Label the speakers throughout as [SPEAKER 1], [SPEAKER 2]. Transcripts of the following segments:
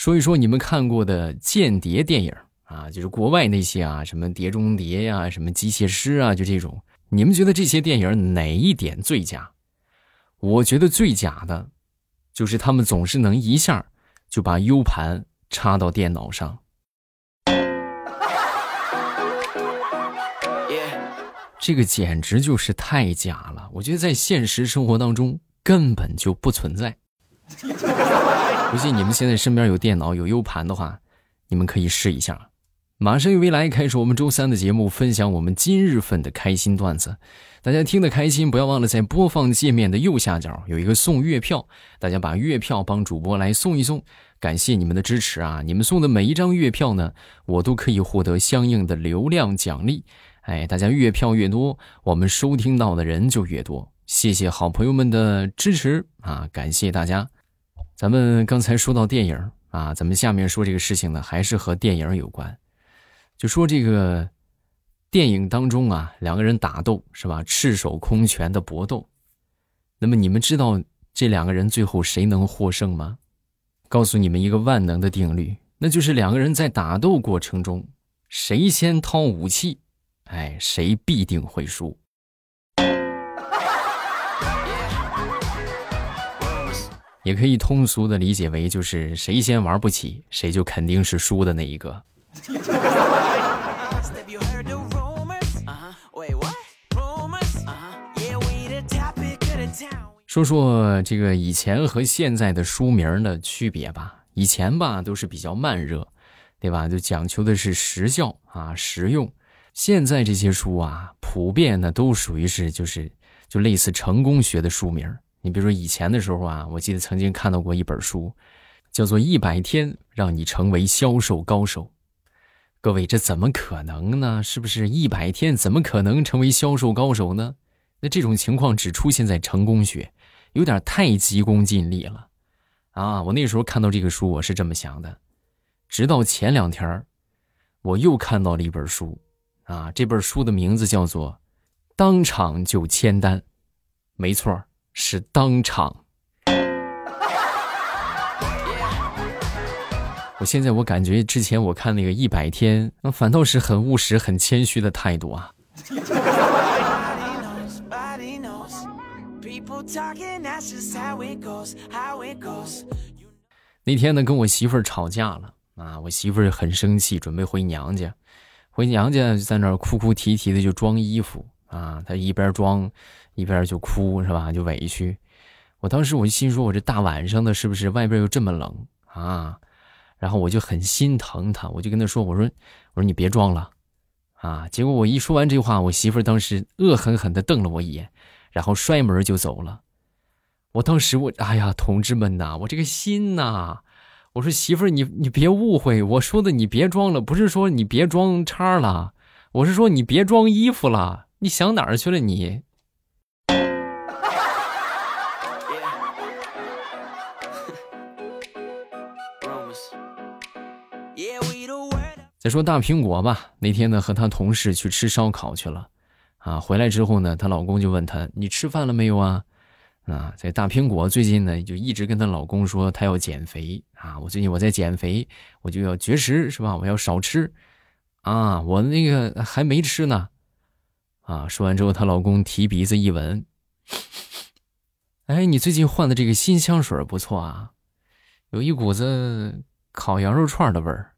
[SPEAKER 1] 说一说你们看过的间谍电影啊，就是国外那些啊，什么碟中谍呀，什么机械师啊，就这种，你们觉得这些电影哪一点最假？我觉得最假的就是他们总是能一下就把 U 盘插到电脑上。这个简直就是太假了，我觉得在现实生活当中根本就不存在。不信你们现在身边有电脑有 U 盘的话，你们可以试一下。马上与未来开始我们周三的节目，分享我们今日份的开心段子。大家听得开心，不要忘了在播放界面的右下角有一个送月票，大家把月票帮主播来送一送，感谢你们的支持啊！你们送的每一张月票呢，我都可以获得相应的流量奖励。大家月票越多，我们收听到的人就越多。谢谢好朋友们的支持啊，感谢大家。咱们刚才说到电影啊，咱们下面说这个事情呢，还是和电影有关。就说这个电影当中啊，两个人打斗是吧，赤手空拳的搏斗。那么你们知道这两个人最后谁能获胜吗？告诉你们一个万能的定律，那就是两个人在打斗过程中，谁先掏武器，谁必定会输。也可以通俗的理解为，就是谁先玩不起，谁就肯定是输的那一个。说说这个以前和现在的书名的区别吧。以前吧都是比较慢热，对吧？就讲求的是时效啊，实用。现在这些书啊，普遍呢都属于是就类似成功学的书名。你比如说以前的时候啊，我记得曾经看到过一本书，叫做100天让你成为销售高手。各位，这怎么可能呢？是不是100天怎么可能成为销售高手呢？那这种情况只出现在成功学，有点太急功近利了啊！我那时候看到这个书，我是这么想的。直到前2天我又看到了一本书啊，这本书的名字叫做《当场就签单》。没错，是当场。我感觉之前我看那个100天，反倒是很务实很谦虚的态度啊。那天呢跟我媳妇儿吵架了啊，我媳妇儿很生气，准备回娘家就在那儿哭哭啼啼的就装衣服啊，她一边装一边就哭是吧，就委屈。我当时我就心说，我这大晚上的是不是外边又这么冷啊？然后我就很心疼她，我就跟她说，我说你别装了啊！结果我一说完这话，我媳妇儿当时恶狠狠地瞪了我一眼，然后摔门就走了。我当时哎呀，同志们呐，我这个心呐，我说媳妇儿你别误会，我说的你别装了，不是说你别装叉了，我是说你别装衣服了，你想哪儿去了你？再说大苹果吧，那天呢和她同事去吃烧烤去了啊，回来之后呢，她老公就问她，你吃饭了没有啊？啊，这大苹果最近呢就一直跟她老公说她要减肥啊，最近我在减肥，我就要绝食是吧？我要少吃啊，我那个还没吃呢。啊，说完之后她老公提鼻子一闻，你最近换的这个新香水不错啊，有一股子烤羊肉串的味儿。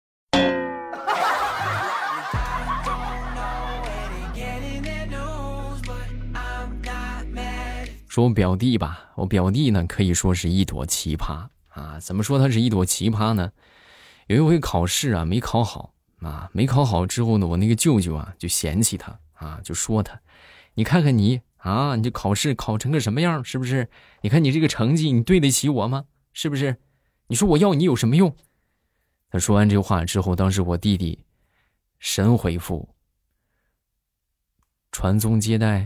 [SPEAKER 1] 说我表弟吧，我表弟呢可以说是一朵奇葩啊。怎么说他是一朵奇葩呢？有一回考试啊没考好啊，没考好之后呢，我那个舅舅啊就嫌弃他啊，就说他，你看看你啊，你这考试考成个什么样，是不是？你看你这个成绩，你对得起我吗？是不是？你说我要你有什么用？他说完这话之后，当时我弟弟神回复，传宗接代。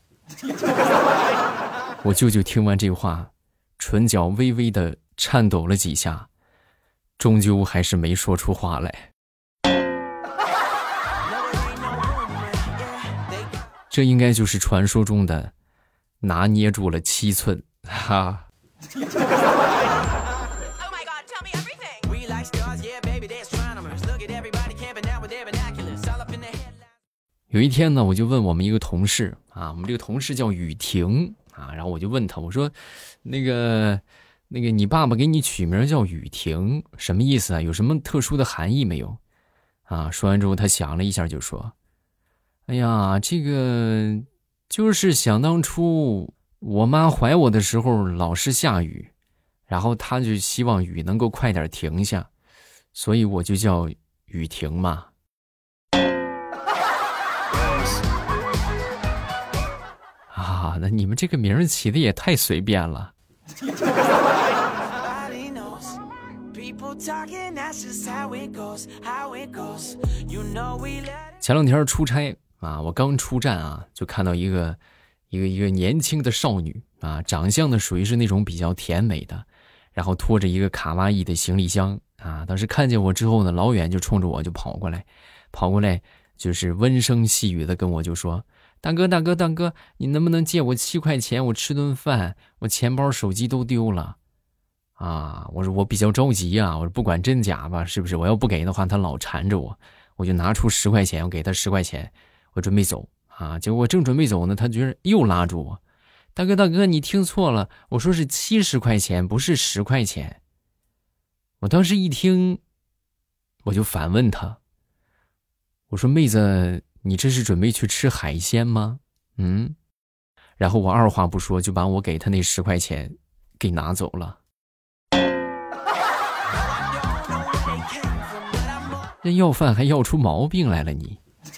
[SPEAKER 1] 我舅舅听完这话，唇角微微的颤抖了几下，终究还是没说出话来。这应该就是传说中的拿捏住了7寸哈。 有一天呢，我就问我们一个同事啊，我们这个同事叫雨婷啊，然后我就问他，我说那个你爸爸给你取名叫雨婷，什么意思啊？有什么特殊的含义没有？啊，说完之后他想了一下就说，哎呀，这个就是想当初我妈怀我的时候老是下雨，然后她就希望雨能够快点停下，所以我就叫雨婷嘛。啊，那你们这个名起的也太随便了。前两天出差啊，我刚出站啊，就看到一个年轻的少女啊，长相呢属于是那种比较甜美的，然后拖着一个卡哇伊的行李箱啊，当时看见我之后呢，老远就冲着我就跑过来就是温声细语的跟我就说，大哥，你能不能借我7块钱，我吃顿饭，我钱包手机都丢了啊。我说我比较着急啊，我说不管真假吧，是不是？我要不给的话他老缠着我，我就拿出10块钱，我给他10块钱，我准备走啊。结果我正准备走呢，他居然又拉住我，大哥你听错了，我说是70块钱，不是10块钱。我当时一听我就反问他，我说妹子，你这是准备去吃海鲜吗？然后我二话不说就把我给他那10块钱给拿走了。这要饭还要出毛病来了你。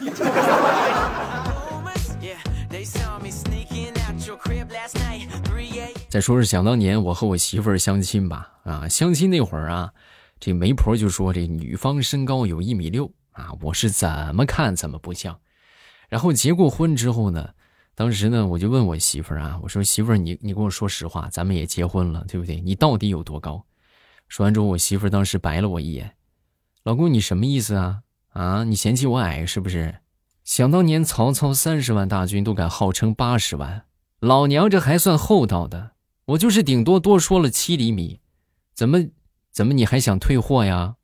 [SPEAKER 1] 再说是想当年我和我媳妇儿相亲吧，啊，相亲那会儿啊，这媒婆就说这女方身高有1.6米啊，我是怎么看怎么不像。然后结过婚之后呢，当时呢我就问我媳妇儿啊，我说媳妇儿你跟我说实话，咱们也结婚了对不对？你到底有多高？说完之后我媳妇儿当时白了我一眼，老公你什么意思啊？啊，你嫌弃我矮是不是？想当年曹操30万大军都敢号称80万，老娘这还算厚道的，我就是顶多说了7厘米，怎么你还想退货呀？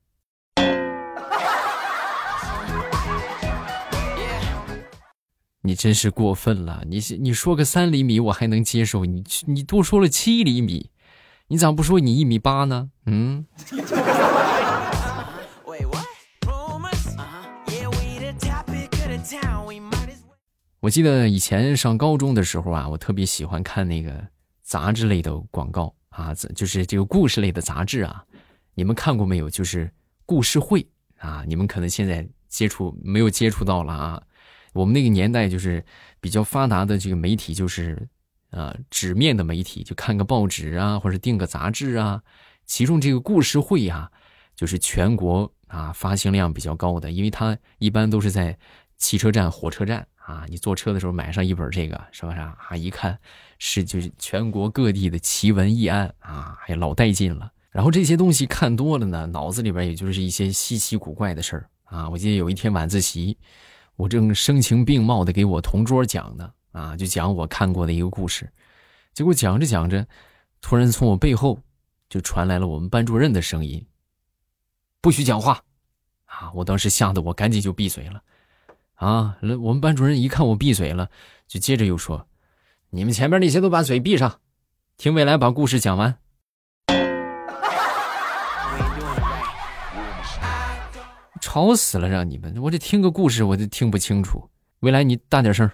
[SPEAKER 1] 你真是过分了，你说个3厘米我还能接受，你多说了7厘米，你咋不说你1.8米呢？我记得以前上高中的时候啊，我特别喜欢看那个杂志类的广告啊，就是这个故事类的杂志啊，你们看过没有？就是故事会啊，你们可能现在没有接触到了啊。我们那个年代就是比较发达的这个媒体就是纸面的媒体，就看个报纸啊，或者订个杂志啊。其中这个故事会啊，就是全国啊发行量比较高的，因为它一般都是在汽车站、火车站啊，你坐车的时候买上一本这个，是不是啊？一看是就是全国各地的奇闻异案啊，还老带劲了。然后这些东西看多了呢，脑子里边也就是一些稀奇古怪的事儿啊。我记得有一天晚自习，我正声情并茂的给我同桌讲呢啊，就讲我看过的一个故事。结果讲着讲着，突然从我背后就传来了我们班主任的声音：“不许讲话！”啊，我当时吓得我赶紧就闭嘴了。啊，我们班主任一看我闭嘴了，就接着又说：“你们前面那些都把嘴闭上，听未来把故事讲完。”吵死了，让你们，我这听个故事我就听不清楚。未来你大点声。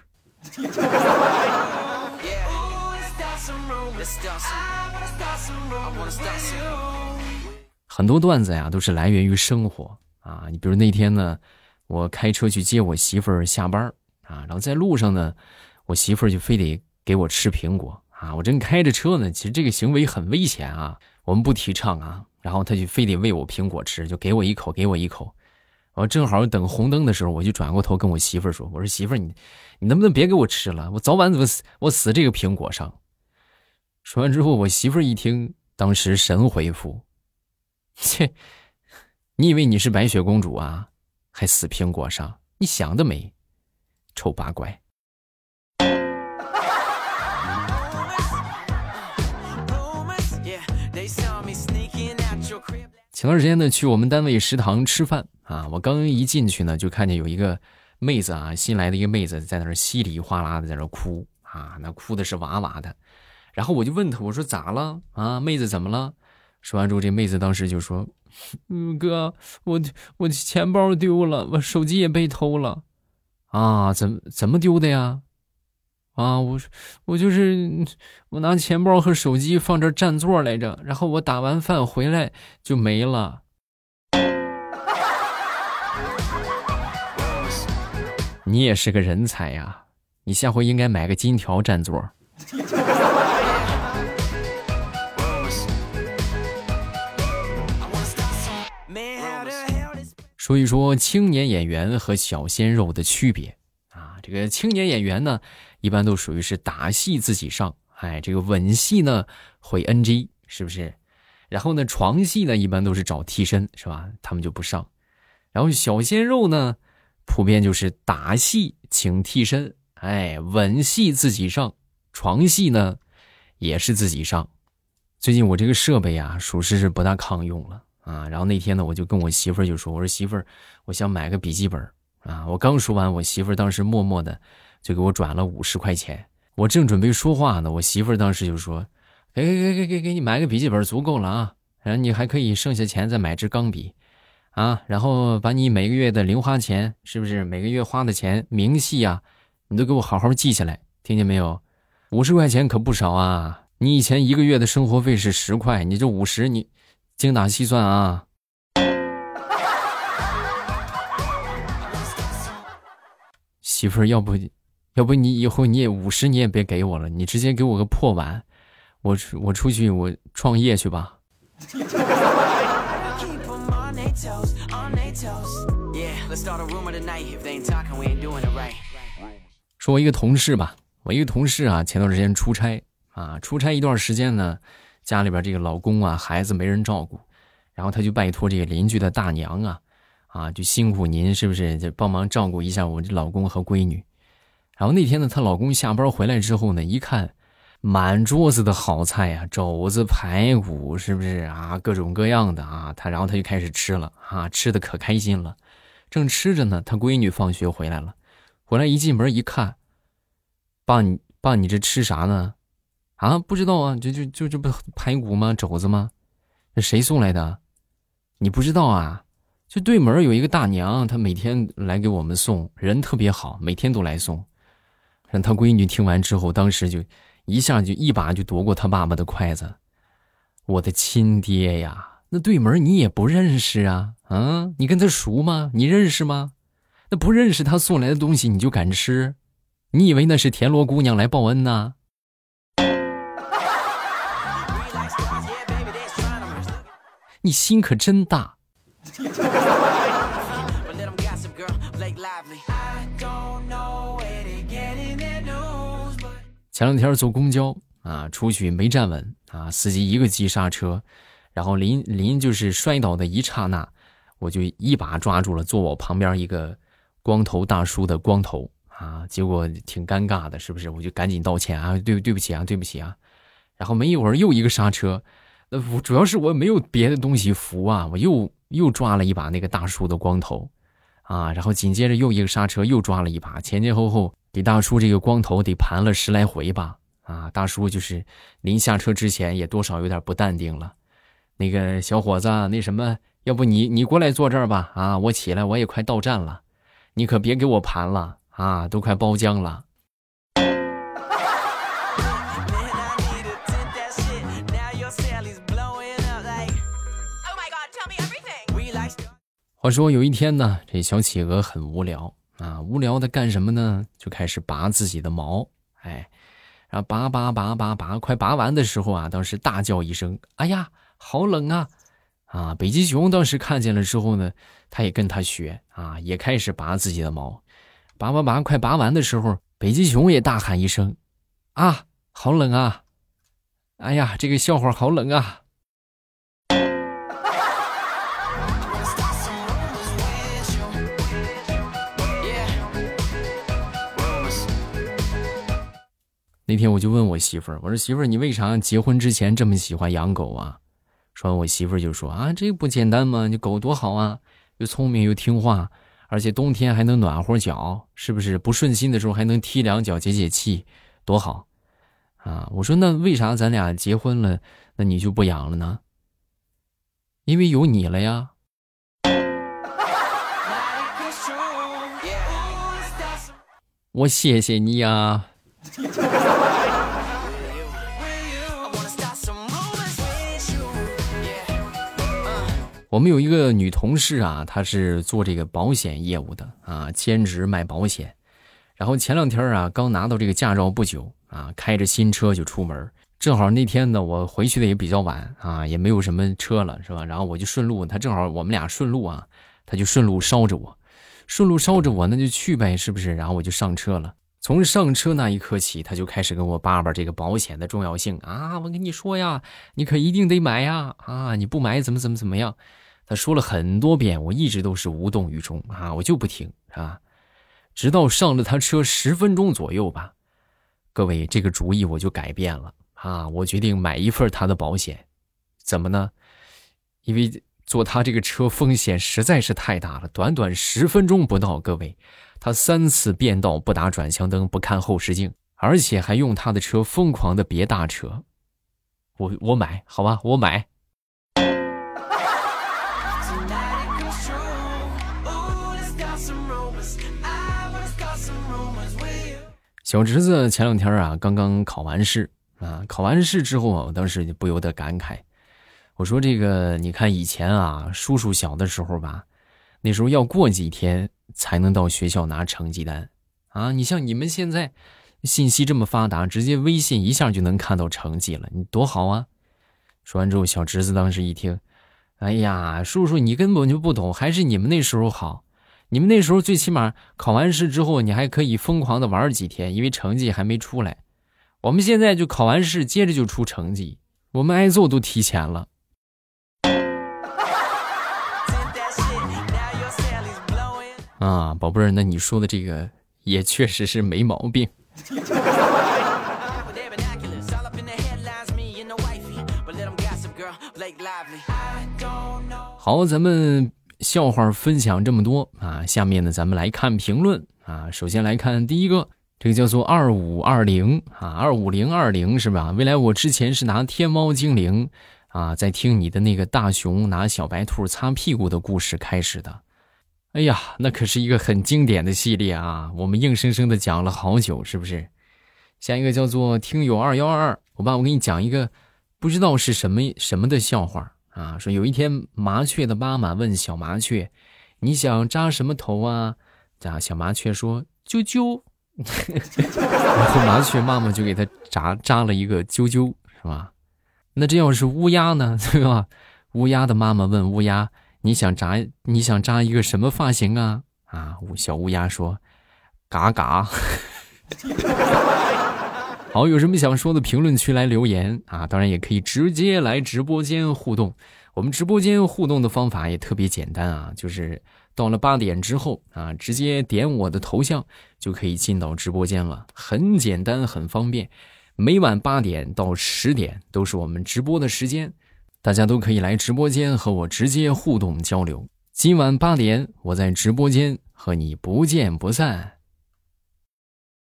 [SPEAKER 1] 很多段子呀都是来源于生活啊，你比如那天呢，我开车去接我媳妇儿下班啊，然后在路上呢，我媳妇儿就非得给我吃苹果啊，我正开着车呢，其实这个行为很危险啊，我们不提倡啊，然后她就非得喂我苹果吃，就给我一口。我正好等红灯的时候，我就转过头跟我媳妇儿说：“我说媳妇儿，你能不能别给我吃了？我早晚我死这个苹果上。”说完之后，我媳妇儿一听，当时神回复：“切，你以为你是白雪公主啊？还死苹果上？你想得美，臭八怪。” 前段时间呢，去我们单位食堂吃饭啊，我刚一进去呢，就看见有一个妹子啊，新来的一个妹子在那儿稀里哗啦的在那儿哭啊，那哭的是哇哇的。然后我就问她，我说咋了啊，妹子怎么了？说完之后，这妹子当时就说：“哥，我钱包丢了，我手机也被偷了。啊，怎么丢的呀？啊，我就是我拿钱包和手机放这占座来着，然后我打完饭回来就没了。”你也是个人才呀，你下回应该买个金条占座。说一说青年演员和小鲜肉的区别啊，这个青年演员呢，一般都属于是打戏自己上，这个吻戏呢会 NG， 是不是？然后呢，床戏呢一般都是找替身，是吧？他们就不上。然后小鲜肉呢，普遍就是打戏请替身，吻戏自己上，床戏呢也是自己上。最近我这个设备啊，属实是不大抗用了啊。然后那天呢，我就跟我媳妇儿就说，我说媳妇儿，我想买个笔记本啊。我刚说完，我媳妇儿当时默默的就给我转了50块钱。我正准备说话呢，我媳妇儿当时就说，给你买个笔记本足够了啊，然后你还可以剩下钱再买支钢笔啊，然后把你每个月的零花钱，是不是每个月花的钱明细啊，你都给我好好记下来，听见没有？50块钱可不少啊，你以前一个月的生活费是10块，你这50你精打细算啊。媳妇儿，要不你以后你也50你也别给我了，你直接给我个破碗，我出去我创业去吧。说我一个同事吧，我一个同事啊，前段时间出差啊，出差一段时间呢，家里边这个老公啊孩子没人照顾，然后他就拜托这个邻居的大娘啊就辛苦您是不是就帮忙照顾一下我这老公和闺女。然后那天呢，她老公下班回来之后呢，一看满桌子的好菜啊，肘子排骨是不是啊，各种各样的啊，然后他就开始吃了啊，吃的可开心了。正吃着呢，他闺女放学回来了，回来一进门一看，爸你这吃啥呢？啊，不知道啊，就这不排骨吗？肘子吗？这谁送来的？你不知道啊？就对门有一个大娘，她每天来给我们送，人特别好，每天都来送。让他闺女听完之后，当时就一下就一把就夺过他爸爸的筷子。我的亲爹呀，那对门你也不认识啊？啊，你跟他熟吗？你认识吗？那不认识他送来的东西你就敢吃？你以为那是田螺姑娘来报恩呢？你心可真大。前两天坐公交啊，出去没站稳啊，司机一个急刹车，然后临就是摔倒的一刹那，我就一把抓住了坐我旁边一个光头大叔的光头啊，结果挺尴尬的，是不是？我就赶紧道歉啊，对不起啊。然后没一会儿又一个刹车，主要是我没有别的东西扶啊，我又抓了一把那个大叔的光头啊，然后紧接着又一个刹车又抓了一把，前后给大叔这个光头得盘了10来回吧啊！大叔就是临下车之前也多少有点不淡定了。那个小伙子，那什么，要不你过来坐这儿吧啊！我起来我也快到站了，你可别给我盘了啊，都快包浆了。话说有一天呢，这小企鹅很无聊啊，无聊的干什么呢？就开始拔自己的毛，然后拔，快拔完的时候啊，当时大叫一声：“哎呀，好冷啊！”啊，北极熊当时看见了之后呢，他也跟他学啊，也开始拔自己的毛，拔，快拔完的时候，北极熊也大喊一声：“啊，好冷啊！哎呀，这个笑话好冷啊！”那天我就问我媳妇儿，我说媳妇儿，你为啥结婚之前这么喜欢养狗啊？ 说完我媳妇儿就说啊，这不简单吗？你狗多好啊，又聪明又听话，而且冬天还能暖和脚，是不是？不顺心的时候还能踢2脚解解气，多好啊！我说那为啥咱俩结婚了，那你就不养了呢？因为有你了呀。我谢谢你呀。我们有一个女同事啊，她是做这个保险业务的啊，兼职卖保险。然后前2天啊，刚拿到这个驾照不久啊，开着新车就出门。正好那天呢，我回去的也比较晚啊，也没有什么车了，是吧？然后我就顺路，她正好我们俩顺路啊，她就顺路捎着我，那就去呗，是不是？然后我就上车了。从上车那一刻起，他就开始跟我叭叭这个保险的重要性啊！我跟你说呀，你可一定得买呀！啊，你不买怎么样？他说了很多遍，我一直都是无动于衷啊，我就不听啊，直到上了他车10分钟左右吧。各位，这个主意我就改变了啊！我决定买一份他的保险。怎么呢？因为坐他这个车风险实在是太大了，短短10分钟不到，各位，他3次变道不打转向灯，不看后视镜，而且还用他的车疯狂的别大车。我买，好吧，我买。小侄子前2天啊，刚刚考完试啊，考完试之后啊，我当时就不由得感慨，我说这个你看以前啊，叔叔小的时候吧，那时候要过几天才能到学校拿成绩单啊，你像你们现在信息这么发达，直接微信一下就能看到成绩了，你多好啊。说完之后，小侄子当时一听，哎呀，叔叔你根本就不懂，还是你们那时候好，你们那时候最起码考完试之后你还可以疯狂的玩几天，因为成绩还没出来。我们现在就考完试接着就出成绩，我们挨揍都提前了。啊，宝贝儿，那你说的这个也确实是没毛病。好，咱们笑话分享这么多啊，下面呢咱们来看评论啊。首先来看第一个，这个叫做2520啊，25020是吧？未来我之前是拿天猫精灵啊，在听你的那个大熊拿小白兔擦屁股的故事开始的。哎呀，那可是一个很经典的系列啊，我们硬生生的讲了好久，是不是？下一个叫做听友2122，我给你讲一个不知道是什么的笑话啊。说有一天麻雀的妈妈问小麻雀，你想扎什么头啊？小麻雀说啾啾。然后麻雀妈妈就给他扎了一个啾啾，是吧？那这要是乌鸦呢，对吧？乌鸦的妈妈问乌鸦，你想扎一个什么发型啊？小乌鸦说嘎嘎。好，有什么想说的评论区来留言啊，当然也可以直接来直播间互动。我们直播间互动的方法也特别简单啊，就是到了8点之后啊，直接点我的头像就可以进到直播间了，很简单很方便。每晚8点到10点都是我们直播的时间，大家都可以来直播间和我直接互动交流。今晚8点我在直播间和你不见不散。